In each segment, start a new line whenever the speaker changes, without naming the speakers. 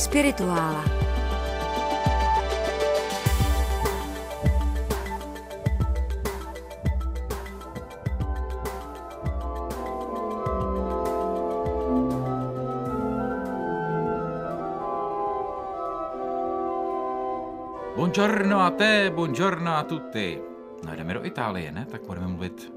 Spirituála.
Buongiorno a te, buongiorno a tutti. No, jdeme do Itálie, ne? Tak budeme mluvit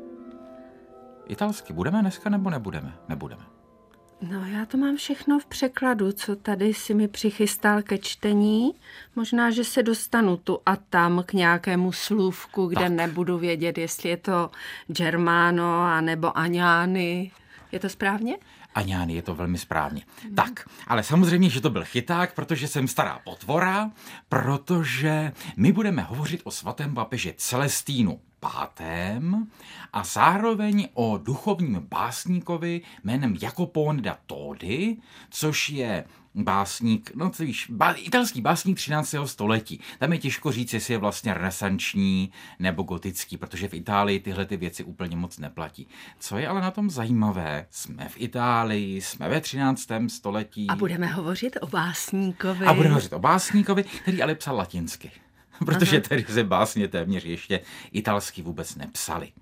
italsky. Budeme dneska nebo nebudeme? Nebudeme.
No, já to mám všechno v překladu, co tady si mi přichystal ke čtení. Možná, že se dostanu tu a tam k nějakému slůvku, kde nebudu vědět, jestli je to Germano anebo Aňány. Je to správně?
Aňány, je to velmi správně. Tak, ale samozřejmě, že to byl chyták, protože jsem stará potvora, protože my budeme hovořit o svatém papeži Celestínu V. a zároveň o duchovním básníkovi jménem Jacopone da Todi, což je básník, no co víš, italský básník 13. století. Tam je těžko říct, jestli je vlastně renesanční nebo gotický, protože v Itálii tyhle ty věci úplně moc neplatí. Co je ale na tom zajímavé, jsme v Itálii, jsme ve 13. století.
A budeme hovořit o básníkovi.
A budeme hovořit o básníkovi, který ale psal latinsky. Protože tady se básně téměř ještě italsky vůbec nepsali.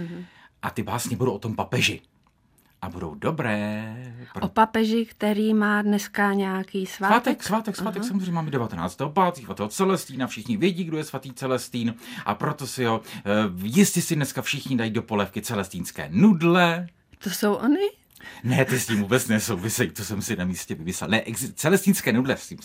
A ty básně budou o tom papeži. A budou dobré.
O papeži, který má dneska nějaký svátek?
Svátek, samozřejmě máme 19. 5. svatého Celestína, všichni vědí, kdo je svatý Celestín a proto si ho, jistě si dneska všichni dají do polévky celestínské nudle.
To jsou oni?
Ne, ty s tím vůbec nesouvisejí, to jsem si na místě vymyslel. Ne, celestínské nudle s tím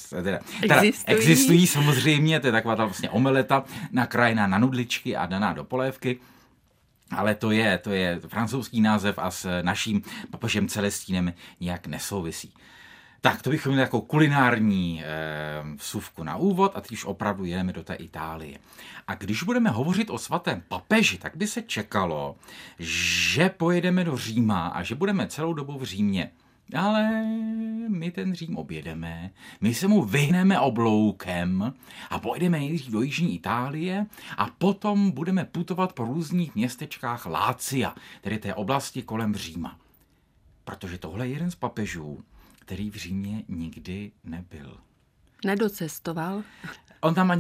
existují samozřejmě, to je taková ta vlastně omeleta nakrájená na nudličky a daná do polévky. Ale to je francouzský název a s naším papežem Celestínem nějak nesouvisí. Tak, to bychom měli jako kulinární vsuvku na úvod a teď už opravdu jedeme do té Itálie. A když budeme hovořit o svatém papeži, tak by se čekalo, že pojedeme do Říma a že budeme celou dobu v Římě. Ale my ten Řím objedeme, my se mu vyhneme obloukem a pojedeme nejdřív do jižní Itálie a potom budeme putovat po různých městečkách Lácia, tedy té oblasti kolem Říma. Protože tohle je jeden z papežů, který v Římě nikdy nebyl.
Nedocestoval?
On tam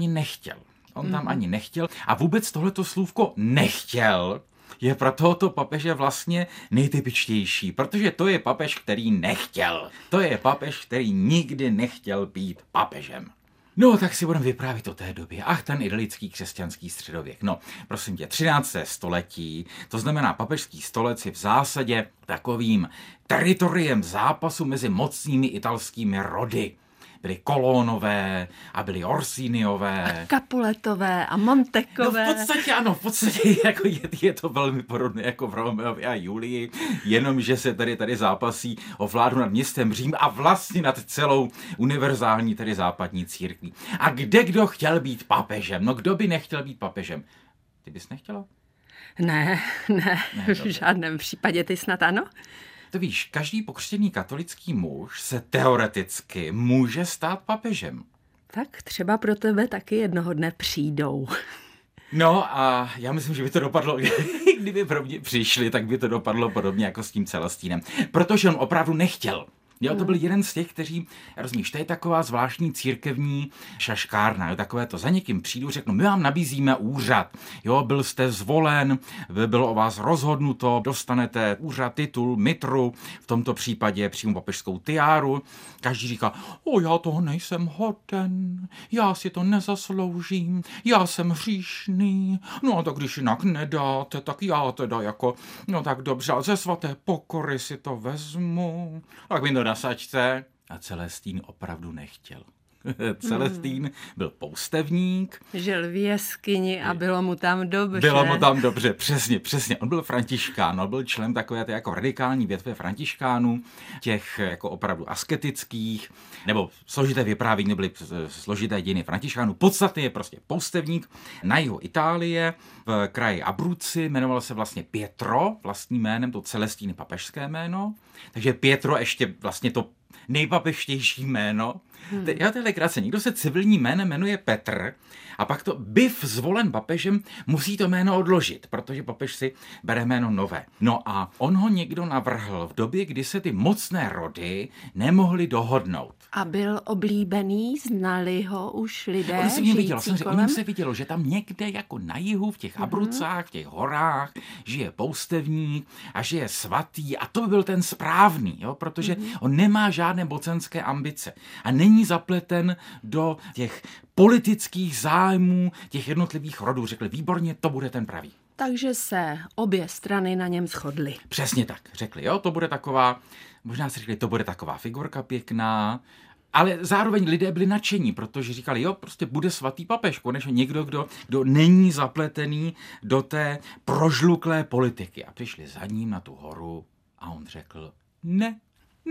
ani nechtěl. A vůbec tohleto slůvko nechtěl je pro tohoto papeže vlastně nejtypičtější, protože to je papež, který nechtěl. To je papež, který nikdy nechtěl být papežem. No, tak si budeme vyprávět o té době. Ach, ten idylický křesťanský středověk. No, prosím tě, 13. století, to znamená papežský stolec je v zásadě takovým teritoriem zápasu mezi mocnými italskými rody. Byly Kolónové a byly Orsiniové.
A Capuletové a Montekové.
No v podstatě jako je to velmi podobné jako v Romeovi a Julii, jenomže se tady zápasí o vládu nad městem Řím a vlastně nad celou univerzální, tedy západní církví. A kdo chtěl být papežem? No kdo by nechtěl být papežem? Ty bys nechtěla?
Ne, v žádném případě, ty snad ano?
To víš, každý pokřtěný katolický muž se teoreticky může stát papežem.
Tak třeba pro tebe taky jednoho dne přijdou.
No a já myslím, že by to dopadlo, kdyby pro mě přišli, tak by to dopadlo podobně jako s tím Celestínem. Protože on opravdu nechtěl. Jo, to byl jeden z těch, kteří, rozumíš, to je taková zvláštní církevní šaškárna, jo, takové to, za někým přijdu, řeknu, my vám nabízíme úřad, jo, byl jste zvolen, bylo o vás rozhodnuto, dostanete úřad, titul, mitru, v tomto případě přímo papežskou tiáru, každý říká, já toho nejsem hoden, já si to nezasloužím, já jsem hříšný, no tak když jinak nedáte, tak já teda jako, no tak dobře, ze svaté pokory si to vezmu, tak mi to na sačce. A Celestín opravdu nechtěl. Celestín byl poustevník.
Žil v jeskyni a bylo mu tam dobře.
Bylo mu tam dobře, přesně. On byl františkán, on byl člen takové té jako radikální větve františkánů, těch jako opravdu asketických, nebo složité vyprávění, byly složité dějiny františkánů. Podstatně je prostě poustevník na jihu Itálie, v kraji Abruzzi, jmenoval se vlastně Pietro, vlastním jménem, to Celestín papežské jméno. Takže Pietro ještě vlastně to nejpapežštější jméno Já to je legrace. Někdo se civilním jménem jmenuje Petr a pak to byv zvolen papežem musí to jméno odložit, protože papež si bere jméno nové. No a on ho někdo navrhl v době, kdy se ty mocné rody nemohly dohodnout.
A byl oblíbený, znali ho už lidé
O něm se vidělo, že tam někde jako na jihu v těch Abrucách, v těch horách žije poustevník a žije svatý a to by byl ten správný, jo? Protože on nemá žádné mocenské ambice a není zapleten do těch politických zájmů těch jednotlivých rodů. Řekli, výborně, to bude ten pravý.
Takže se obě strany na něm shodly.
Přesně tak. Řekli, jo, to bude taková, možná si řekli, to bude taková figurka pěkná, ale zároveň lidé byli nadšení, protože říkali, jo, prostě bude svatý papež, konečně někdo, kdo není zapletený do té prožluklé politiky. A přišli za ním na tu horu a on řekl, ne.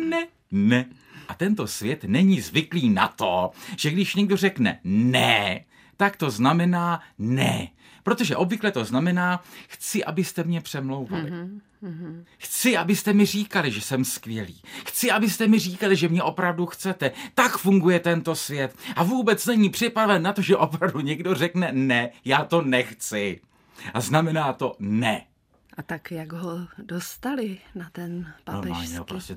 A tento svět není zvyklý na to, že když někdo řekne ne, tak to znamená ne. Protože obvykle to znamená, chci, abyste mě přemlouvali. Chci, abyste mi říkali, že jsem skvělý. Chci, abyste mi říkali, že mě opravdu chcete. Tak funguje tento svět. A vůbec není připraven na to, že opravdu někdo řekne ne, já to nechci. A znamená to ne.
A tak jak ho dostali na ten papežský?
Normálně ho prostě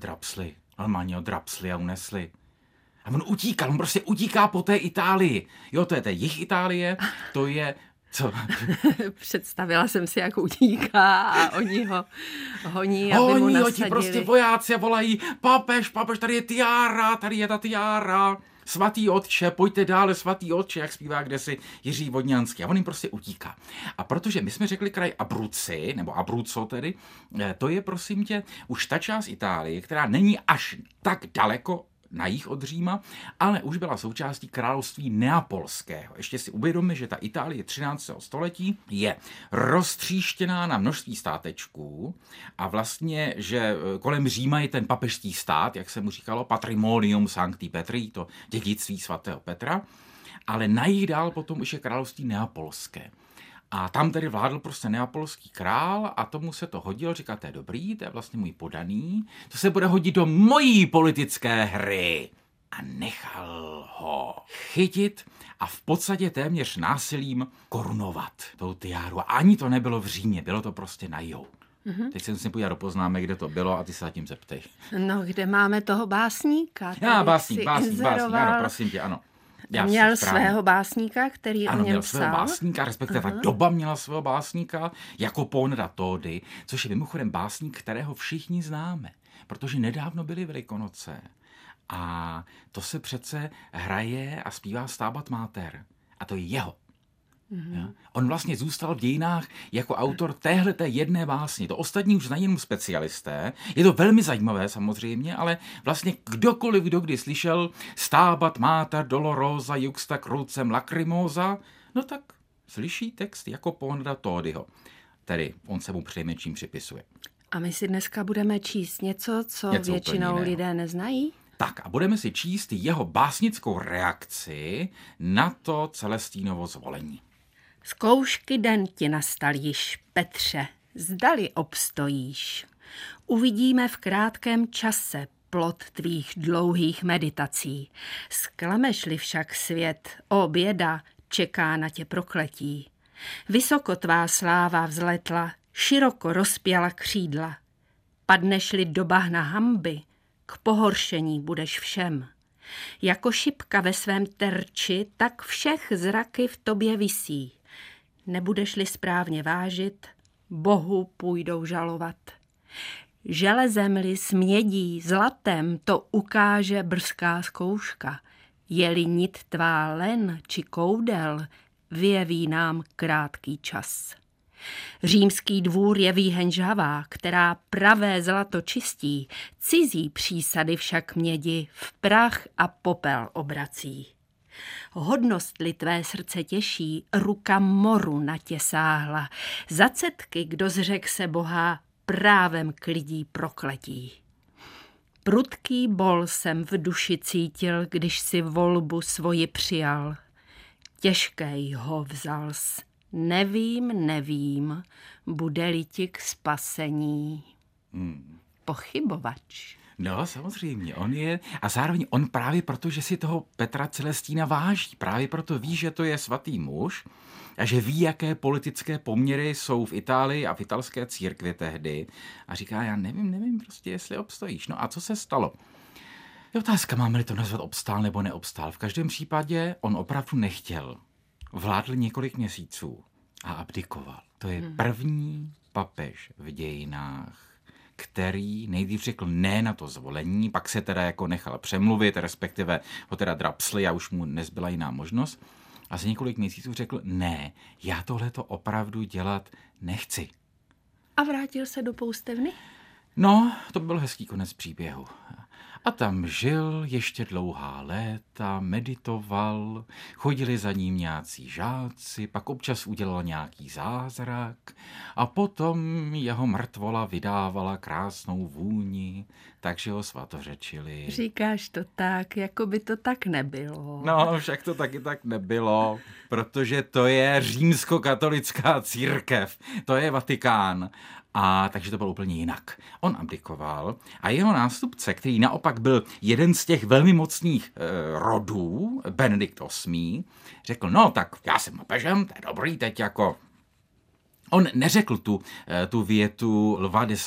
drapsli a unesli. A on prostě utíká po té Itálii. Jo, to je jih Itálie, to je... Co?
Představila jsem si, jak utíká a oni ho honí, aby mu nasadili.
Ti prostě vojáci a volají, papež, tady je tiára, tady je ta tiára. Svatý otče, pojďte dále, svatý otče, jak zpívá kdesi Jiří Vodňanský. A on jim prostě utíká. A protože my jsme řekli kraj Abruzzi, nebo Abruzzo tedy, to je prosím tě už ta část Itálie, která není až tak daleko na jih od Říma, ale už byla součástí království neapolského. Ještě si uvědomme, že ta Itálie 13. století je roztříštěná na množství státečků a vlastně, že kolem Říma je ten papežský stát, jak se mu říkalo, Patrimonium Sancti Petri, to dědictví svatého Petra, ale na jih dál potom už je království neapolské. A tam tedy vládl prostě neapolský král a tomu se to hodilo, říká, to je dobrý, to je vlastně můj podaný, to se bude hodit do mojí politické hry. A nechal ho chytit a v podstatě téměř násilím korunovat tou tiáru. A ani to nebylo v Římě, bylo to prostě na jihu. Teď se musím podívat do poznámek, kde to bylo a ty se zatím zeptej.
No, kde máme toho básníka?
Básník, ano, prosím tě, ano.
Měl svého básníka, který o něm
měl
psal.
svého básníka, respektive ta doba měla svého básníka, Jacopone da Todi, což je mimochodem básník, kterého všichni známe, protože nedávno byly Velikonoce. A to se přece hraje a zpívá Stabat Mater. A to je jeho. On vlastně zůstal v dějinách jako autor téhleté jedné básně. To ostatní už znají jenom specialisté. Je to velmi zajímavé samozřejmě, ale vlastně kdokoliv, kdo kdy slyšel Stabat Mater dolorosa juxta crucem lacrimosa, no tak slyší text Jacopone da Todiho. Tedy on se mu přejmenším připisuje.
A my si dneska budeme číst něco většinou lidé neznají?
Tak a budeme si číst jeho básnickou reakci na to Celestínovo zvolení.
Zkoušky den ti nastal již, Petře, zdali obstojíš. Uvidíme v krátkém čase plod tvých dlouhých meditací. Sklameš-li však svět, o běda, čeká na tě prokletí. Vysoko tvá sláva vzletla, široko rozpěla křídla. Padneš-li do bahna hanby, k pohoršení budeš všem. Jako šipka ve svém terči, tak všech zraky v tobě visí. Nebudeš-li správně vážit, Bohu půjdou žalovat. Železem-li s mědí, zlatem, to ukáže brzká zkouška. Je-li nit tvá len či koudel, vyjeví nám krátký čas. Římský dvůr je výheň žhavá, která pravé zlato čistí, cizí přísady však mědi v prach a popel obrací. Hodnost-li tvé srdce těší, ruka moru na tě sáhla. Za cetky, kdo zřek se Boha, právem klidí prokletí. Prudký bol jsem v duši cítil, když si volbu svoji přijal. Těžkej ho vzals. Nevím, bude-li ti k spasení. Pochybovač.
No, samozřejmě, on je, a zároveň on právě proto, že si toho Petra Celestína váží, právě proto ví, že to je svatý muž a že ví, jaké politické poměry jsou v Itálii a v italské církvi tehdy a říká, já nevím prostě, jestli obstojíš. No a co se stalo? Je otázka, máme-li to nazvat obstál nebo neobstál. V každém případě on opravdu nechtěl. Vládl několik měsíců a abdikoval. To je první papež v dějinách, který nejdřív řekl ne na to zvolení, pak se teda jako nechal přemluvit, respektive ho teda drapsli a už mu nezbyla jiná možnost. A za několik měsíců řekl ne, já tohleto opravdu dělat nechci.
A vrátil se do poustevny?
No, to byl hezký konec příběhu. A tam žil ještě dlouhá léta, meditoval, chodili za ním nějací žáci, pak občas udělal nějaký zázrak a potom jeho mrtvola vydávala krásnou vůni, takže ho svatořečili.
Říkáš to tak, jako by to tak nebylo.
No, však to taky tak nebylo, protože to je římskokatolická církev, to je Vatikán. A takže to bylo úplně jinak. On abdikoval a jeho nástupce, který naopak byl jeden z těch velmi mocných rodů, Benedikt VIII., řekl, no tak já jsem papežem, to je dobrý, teď jako... On neřekl tu větu Lva X.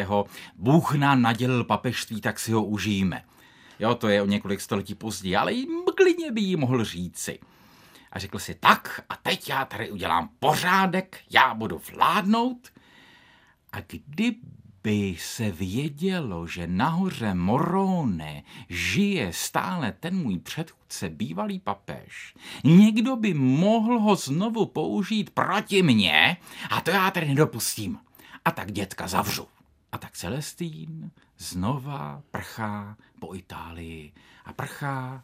Bůh nám nadělil papežství, tak si ho užijeme. Jo, to je o několik století později, ale klidně by jí mohl říci. A řekl si, tak a teď já tady udělám pořádek, já budu vládnout. A kdyby se vědělo, že nahoře Morone žije stále ten můj předchůdce, bývalý papež, někdo by mohl ho znovu použít proti mně a to já tady nedopustím. A tak dětka zavřu. A tak Celestín znova prchá po Itálii a prchá.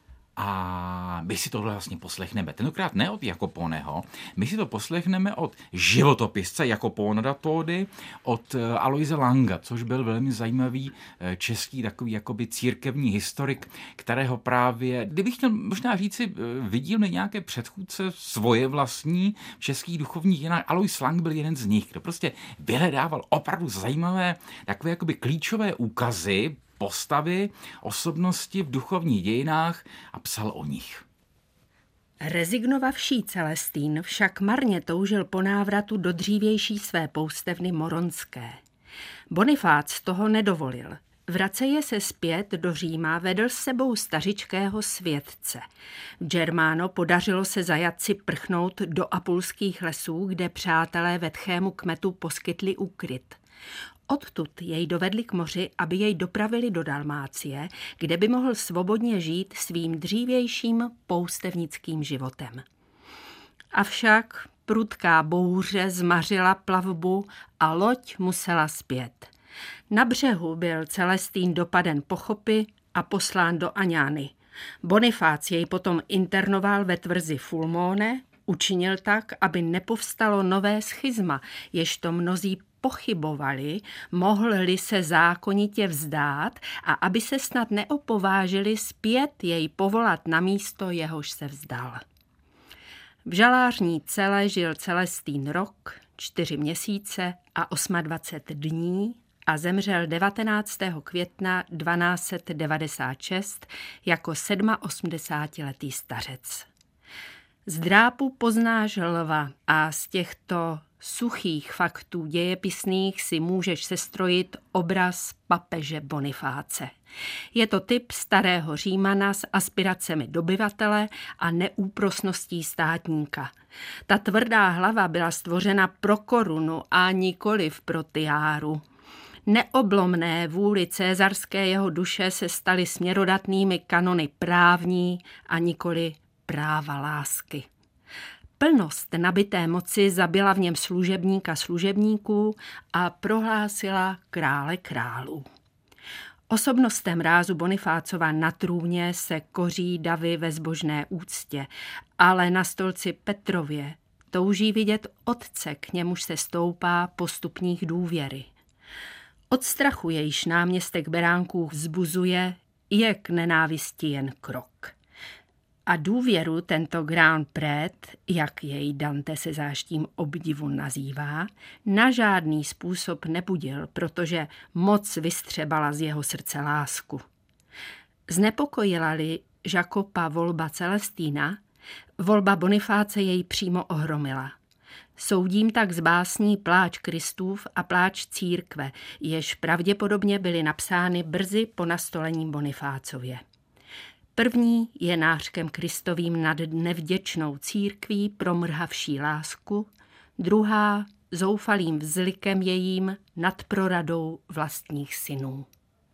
A my si tohle vlastně poslechneme. Tentokrát ne od Jakoponeho, my si to poslechneme od životopisce Jakopona da Todi, od Aloise Langa, což byl velmi zajímavý český takový jakoby církevní historik, kterého právě, kdybych chtěl možná říci, viděl nějaké předchůdce svoje vlastní v českých duchovních dějinách. Alois Lang byl jeden z nich, kdo prostě vyhledával opravdu zajímavé takové jakoby klíčové úkazy, postavy, osobnosti v duchovních dějinách a psal o nich.
Rezignovaný Celestín však marně toužil po návratu do dřívější své poustevny moronské. Bonifác toho nedovolil. Vraceje se zpět do Říma vedl s sebou stařičkého světce. V Germáno podařilo se zajatci prchnout do apulských lesů, kde přátelé vetchému kmetu poskytli úkryt. Odtud jej dovedli k moři, aby jej dopravili do Dalmácie, kde by mohl svobodně žít svým dřívějším poustevnickým životem. Avšak prudká bouře zmařila plavbu a loď musela zpět. Na břehu byl Celestín dopaden pochopy a poslán do Aňány. Bonifác jej potom internoval ve tvrzi Fulmone, učinil tak, aby nepovstalo nové schizma, ježto mnozí pochybovali, mohl-li se zákonitě vzdát a aby se snad neopovážili zpět jej povolat na místo, jehož se vzdal. V žalářní cele žil Celestín rok, 4 měsíce a 28 dní a zemřel 19. května 1296 jako 87letý stařec. Z drápu poznáš lva a z těchto suchých faktů dějepisných si můžeš sestrojit obraz papeže Bonifáce. Je to typ starého Římana s aspiracemi dobyvatele a neúprosností státníka. Ta tvrdá hlava byla stvořena pro korunu a nikoliv pro tiáru. Neoblomné vůli cézarské jeho duše se staly směrodatnými kanony právní a nikoli práva lásky. Plnost nabité moci zabila v něm služebníka služebníků a prohlásila krále králů. Osobnostem rázu Bonifácova na trůně se koří davy ve zbožné úctě, ale na stolci Petrově touží vidět otce, k němuž se stoupá postupních důvěry. Od strachu, jejž náměstek beránků vzbuzuje, je k nenávisti jen krok. A důvěru tento grand prêtre, jak jej Dante se záštím obdivu nazývá, na žádný způsob nebudil, protože moc vystřebala z jeho srdce lásku. Znepokojila-li Jacopa volba Celestína, volba Bonifáce jej přímo ohromila. Soudím tak z básní Pláč Kristův a Pláč církve, jež pravděpodobně byly napsány brzy po nastolení Bonifácově. První je nářkem Kristovým nad nevděčnou církví promrhavší lásku, druhá zoufalým vzlikem jejím nad proradou vlastních synů.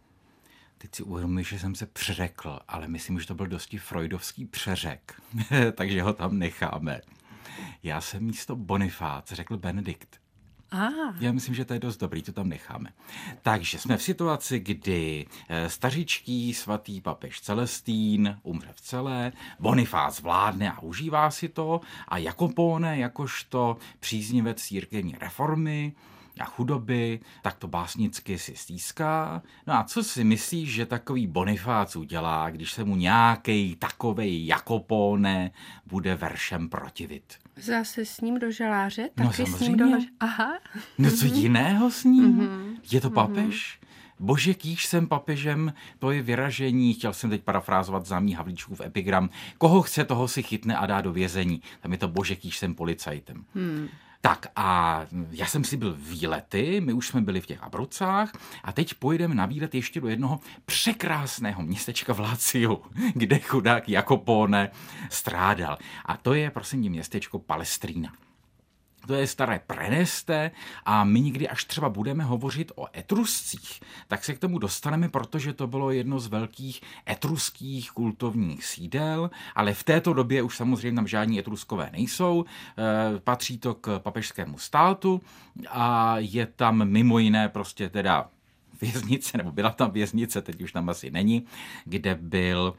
Teď si uvědomuji, že jsem se přeřekl, ale myslím, že to byl dosti freudovský přeřek, takže ho tam necháme. Já jsem místo Bonifác řekl Benedikt. Já myslím, že to je dost dobrý, to tam necháme. Takže jsme v situaci, kdy stařičký svatý papež Celestín umře v celé, Bonifác vládne a užívá si to a Jacopone, jakožto příznivec církevní reformy a chudoby, tak to básnicky si stýská. No a co si myslíš, že takový Bonifác udělá, když se mu nějakej takovej Jacopone bude veršem protivit?
Zase s ním do žaláře?
No samozřejmě.
Aha.
No co jiného s ním? Je to papež? Bože, kýž jsem papežem, to je vyražení, chtěl jsem teď parafrázovat známý Havlíčkův epigram, koho chce, toho si chytne a dá do vězení. Tam je to Bože, kýž jsem policajtem. Tak a já jsem si byl výlety, my už jsme byli v těch Abrucách a teď pojedeme na výlet ještě do jednoho překrásného městečka v Láciu, kde chudák Jacopone strádal. A to je, prosím tě, městečko Palestrina. To je staré Preneste a my někdy, až třeba budeme hovořit o Etruscích, tak se k tomu dostaneme, protože to bylo jedno z velkých etruských kultovních sídel, ale v této době už samozřejmě tam žádní Etruskové nejsou, patří to k papežskému státu a je tam mimo jiné prostě teda věznice, nebo byla tam věznice, teď už tam asi není, kde byl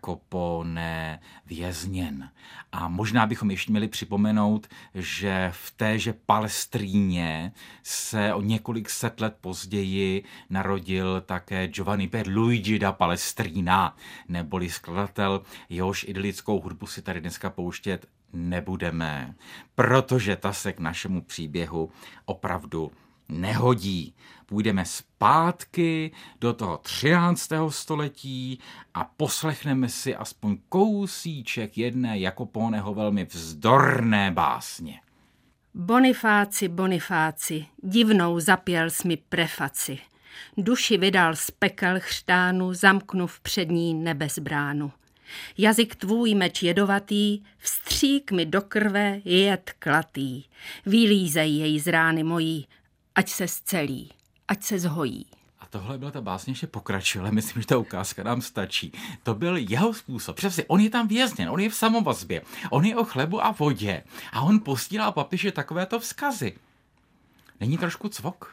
Jacopone vězněn. A možná bychom ještě měli připomenout, že v téže Palestríně se o několik set let později narodil také Giovanni Pierluigi da Palestrina, neboli skladatel, jehož idylickou hudbu si tady dneska pouštět nebudeme, protože ta se k našemu příběhu opravdu nehodí. Půjdeme zpátky do toho 13. století a poslechneme si aspoň kousíček jedné Jacoponeho velmi vzdorné básně.
Bonifáci, Bonifáci, divnou zapěl jsi mi prefaci. Duši vydal z pekel chřtánu, zamknuv před ní nebezbránu. Jazyk tvůj meč jedovatý, vstřík mi do krve jed klatý. Vylízej jej z rány mojí, ať se zcelí, ať se zhojí.
A tohle byla ta básně, že pokračuje, ale myslím, že ta ukázka nám stačí. To byl jeho způsob. Přesně, on je tam vězněn, on je v samovazbě, on je o chlebu a vodě a on posílá papeži takovéto vzkazy. Není trošku cvok?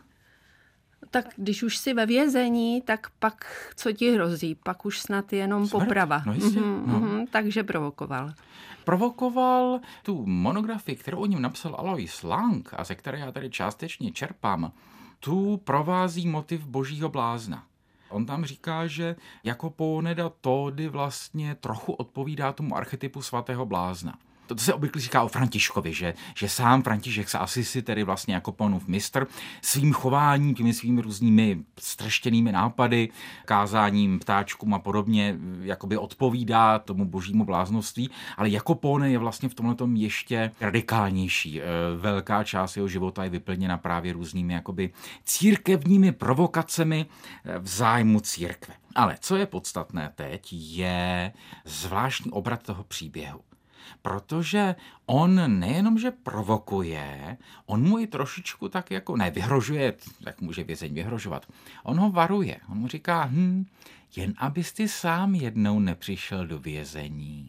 Tak když už jsi ve vězení, tak pak co ti hrozí? Pak už snad jenom
smrt?
Poprava.
No jistě,
takže provokoval.
Provokoval tu monografii, kterou o něm napsal Alois Lang a ze které já tady částečně čerpám, tu provází motiv božího blázna. On tam říká, že Jacopone da Todi vlastně trochu odpovídá tomu archetypu svatého blázna. To se obvykle říká o Františkovi, že sám František z Asisi, tedy vlastně Jacoponův mistr, svým chováním, těmi svými různými streštěnými nápady, kázáním ptáčkům a podobně, jakoby odpovídá tomu božímu bláznoství, ale Jacopone je vlastně v tomhletom ještě radikálnější. Velká část jeho života je vyplněna právě různými jakoby církevními provokacemi v zájmu církve. Ale co je podstatné teď, je zvláštní obrat toho příběhu. Protože on nejenom, že provokuje, on mu i trošičku tak jako, ne, vyhrožuje, tak může vězeň vyhrožovat. On ho varuje, on mu říká, jen abys ty sám jednou nepřišel do vězení.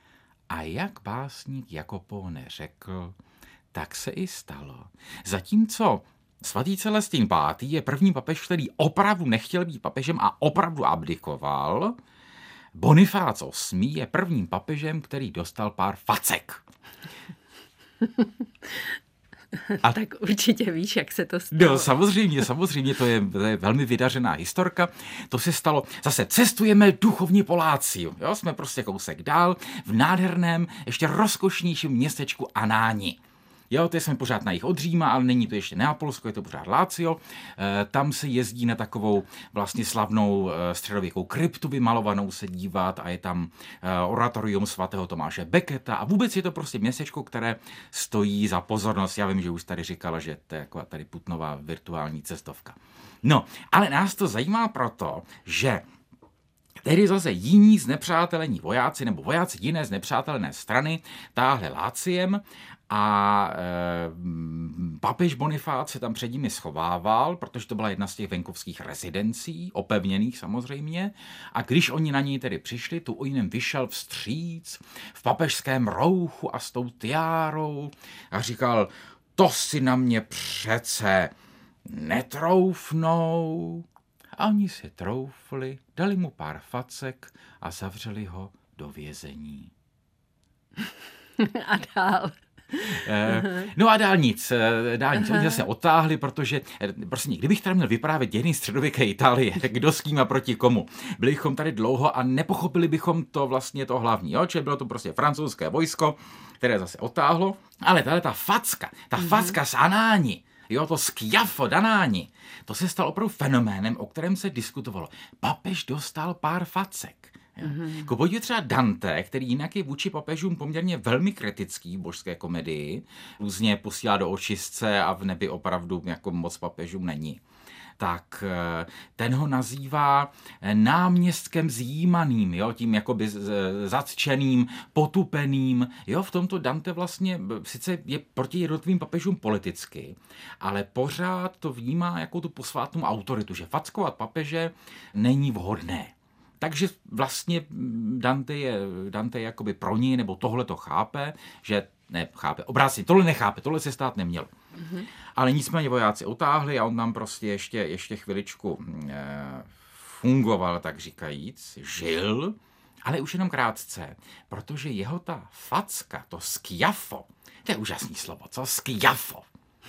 A jak básník Jacopone řekl, tak se i stalo. Zatímco svatý Celestín V. je první papež, který opravdu nechtěl být papežem a opravdu abdikoval, Bonifác VIII. Je prvním papežem, který dostal pár facek.
A tak určitě víš, jak se to stalo.
No, samozřejmě, to je velmi vydařená historka. To se stalo, zase cestujeme duchovní Poláci, jo, jsme prostě kousek dál v nádherném, ještě rozkošnějším městečku Anáni. Jo, to jsme pořád na jih od Říma, ale není to ještě Neapolsko, je to pořád Lácio. Tam se jezdí na takovou vlastně slavnou středověkou kryptu vymalovanou se dívat a je tam oratorium svatého Tomáše Becketa a vůbec je to prostě městečko, které stojí za pozornost. Já vím, že už tady říkala, že to je jako tady Putnová virtuální cestovka. No, ale nás to zajímá proto, že tehdy zase jiní znepřátelení vojáci nebo vojáci jiné znepřátelené strany táhli Láciem a papež Bonifác se tam před nimi schovával, protože to byla jedna z těch venkovských rezidencí, opevněných samozřejmě, a když oni na něj tedy přišli, tu jim vyšel vstříc v papežském rouchu a s tou tiárou a říkal, to si na mě přece netroufnou. A oni si troufli, dali mu pár facek a zavřeli ho do vězení.
A dál?
No a dál nic. Oni zase otáhli, protože prostě kdybych tady měl vyprávět dějiny středověké Itálie, tak kdo s kým a proti komu. Byli bychom tady dlouho a nepochopili bychom to vlastně to hlavní. Jo? Čili bylo to prostě francouzské vojsko, které zase otáhlo, ale ta facka z Anáni, jo, to Schiaffo d'Anani, to se stalo opravdu fenoménem, o kterém se diskutovalo. Papež dostal pár facek. Jako podívejte třeba Dante, který jinak je vůči papežům poměrně velmi kritický v božské komedii, různě posílá do očistce a v nebi opravdu jako moc papežům není. Tak ten ho nazývá náměstkem zjímaným, jo, tím jakoby zatčeným, potupeným. Jo, v tomto Dante vlastně sice je proti jednotlivým papežům politicky, ale pořád to vnímá jako tu posvátnou autoritu, že fackovat papeže není vhodné. Takže vlastně Dante je jakoby pro něj, nebo tohle to chápe, že chápe, obráceně, tohle nechápe, tohle se stát nemělo. Mm-hmm. Ale nicméně vojáci utáhli a on tam prostě ještě chviličku fungoval, tak říkajíc, žil, ale už jenom krátce, protože jeho ta facka, to Schiaffo, to je úžasný slovo, co? Schiaffo.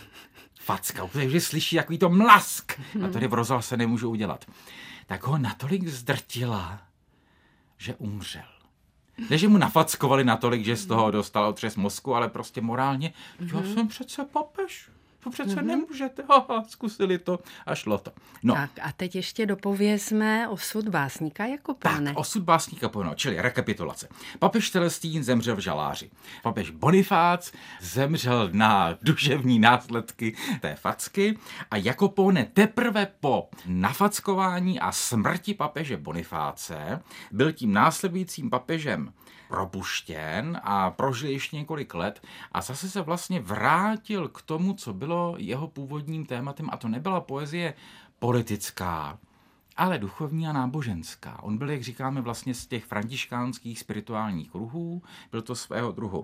Facka, protože slyší takový to mlask a tady v rozhlase nemůžu udělat. Tak ho natolik zdrtila, že umřel. Ne, že mu nafackovali natolik, že z toho dostal otřes mozku, ale prostě morálně, já jsem přece papež, to přece nemůžete, zkusili to a šlo to. No.
Tak a teď ještě dopovězme osud básníka Jakopáne.
Tak, osud básníka Jakopáne, čili rekapitulace. Papež Celestín zemřel v žaláři. Papež Bonifác zemřel na duševní následky té facky a Jakopáne teprve po nafackování a smrti papeže Bonifáce byl tím následujícím papežem propuštěn a prožil ještě několik let a zase se vlastně vrátil k tomu, co bylo jeho původním tématem, a to nebyla poezie politická, ale duchovní a náboženská. On byl, jak říkáme, vlastně z těch františkánských spirituálních kruhů, byl to svého druhu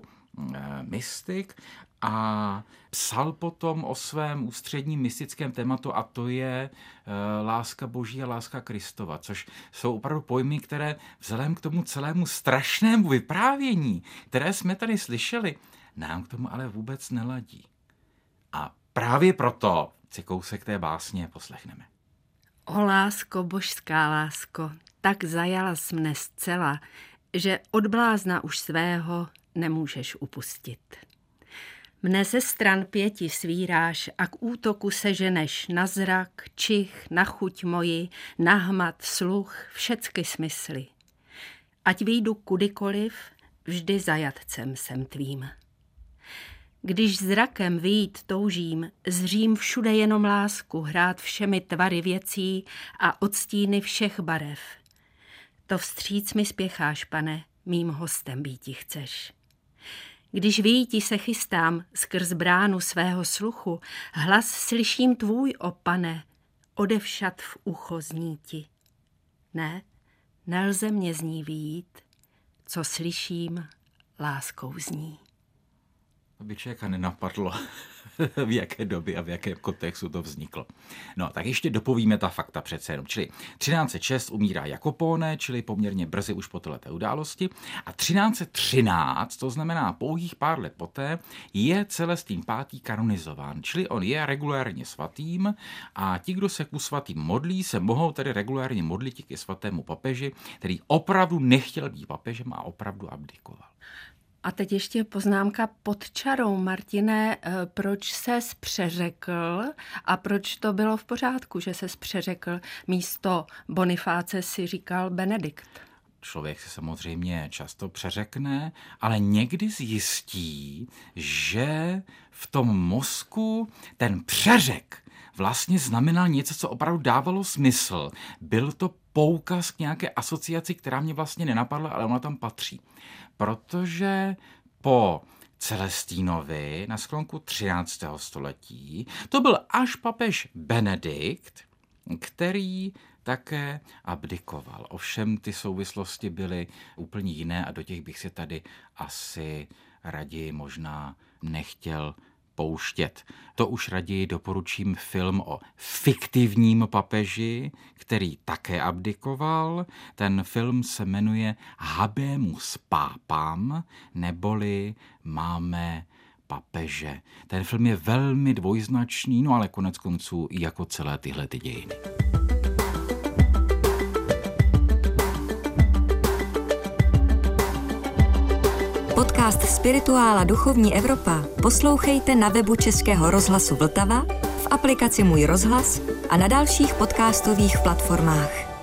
mystik a psal potom o svém ústředním mystickém tématu, a to je láska Boží a láska Kristova, což jsou opravdu pojmy, které vzhledem k tomu celému strašnému vyprávění, které jsme tady slyšeli, nám k tomu ale vůbec neladí. A právě proto si kousek té básně poslechneme.
O lásko, božská lásko, tak zajala jsi mne zcela, že od blázna už svého nemůžeš upustit. Mne ze stran 5 svíráš a k útoku seženeš na zrak, čich, na chuť moji, na hmat, sluch, všecky smysly. Ať vyjdu kudykoliv, vždy zajatcem jsem tvým. Když zrakem vyjít toužím, zřím všude jenom lásku, hrát všemi tvary věcí a odstíny všech barev. To vstříc mi spěcháš, pane, mým hostem býti chceš. Když vyjítí se chystám skrz bránu svého sluchu, hlas slyším tvůj, o pane, odevšad v ucho zní ti. Ne, nelze mě z ní vyjít, co slyším, láskou zní.
aby člověka nenapadlo, v jaké době a v jakém kontextu to vzniklo. No, tak ještě dopovíme ta fakta přece jenom. Čili 1306 umírá Jacopone, čili poměrně brzy už po této události. A 1313, to znamená pouhých pár let poté, je Celestín V. kanonizován. Čili on je regulárně svatým a ti, kdo se ku svatým modlí, se mohou tedy regulárně modlit ke svatému papeži, který opravdu nechtěl být papežem a opravdu abdikoval.
A teď ještě poznámka pod čarou. Martine, proč ses přeřekl a proč to bylo v pořádku, že ses přeřekl? Místo Bonifáce si říkal Benedikt.
Člověk se samozřejmě často přeřekne, ale někdy zjistí, že v tom mozku ten přeřek vlastně znamenal něco, co opravdu dávalo smysl. Byl to poukaz k nějaké asociaci, která mě vlastně nenapadla, ale ona tam patří. Protože po Celestínovi na sklonku 13. století to byl až papež Benedikt, který také abdikoval. Ovšem ty souvislosti byly úplně jiné a do těch bych si tady asi raději možná nechtěl pouštět. To už raději doporučím film o fiktivním papeži, který také abdikoval. Ten film se jmenuje Habemus Papam, neboli Máme papeže. Ten film je velmi dvojznačný, no ale konec konců i jako celé tyhle ty dějiny.
Podcast Spirituála Duchovní Evropa poslouchejte na webu Českého rozhlasu Vltava, v aplikaci Můj rozhlas a na dalších podcastových platformách.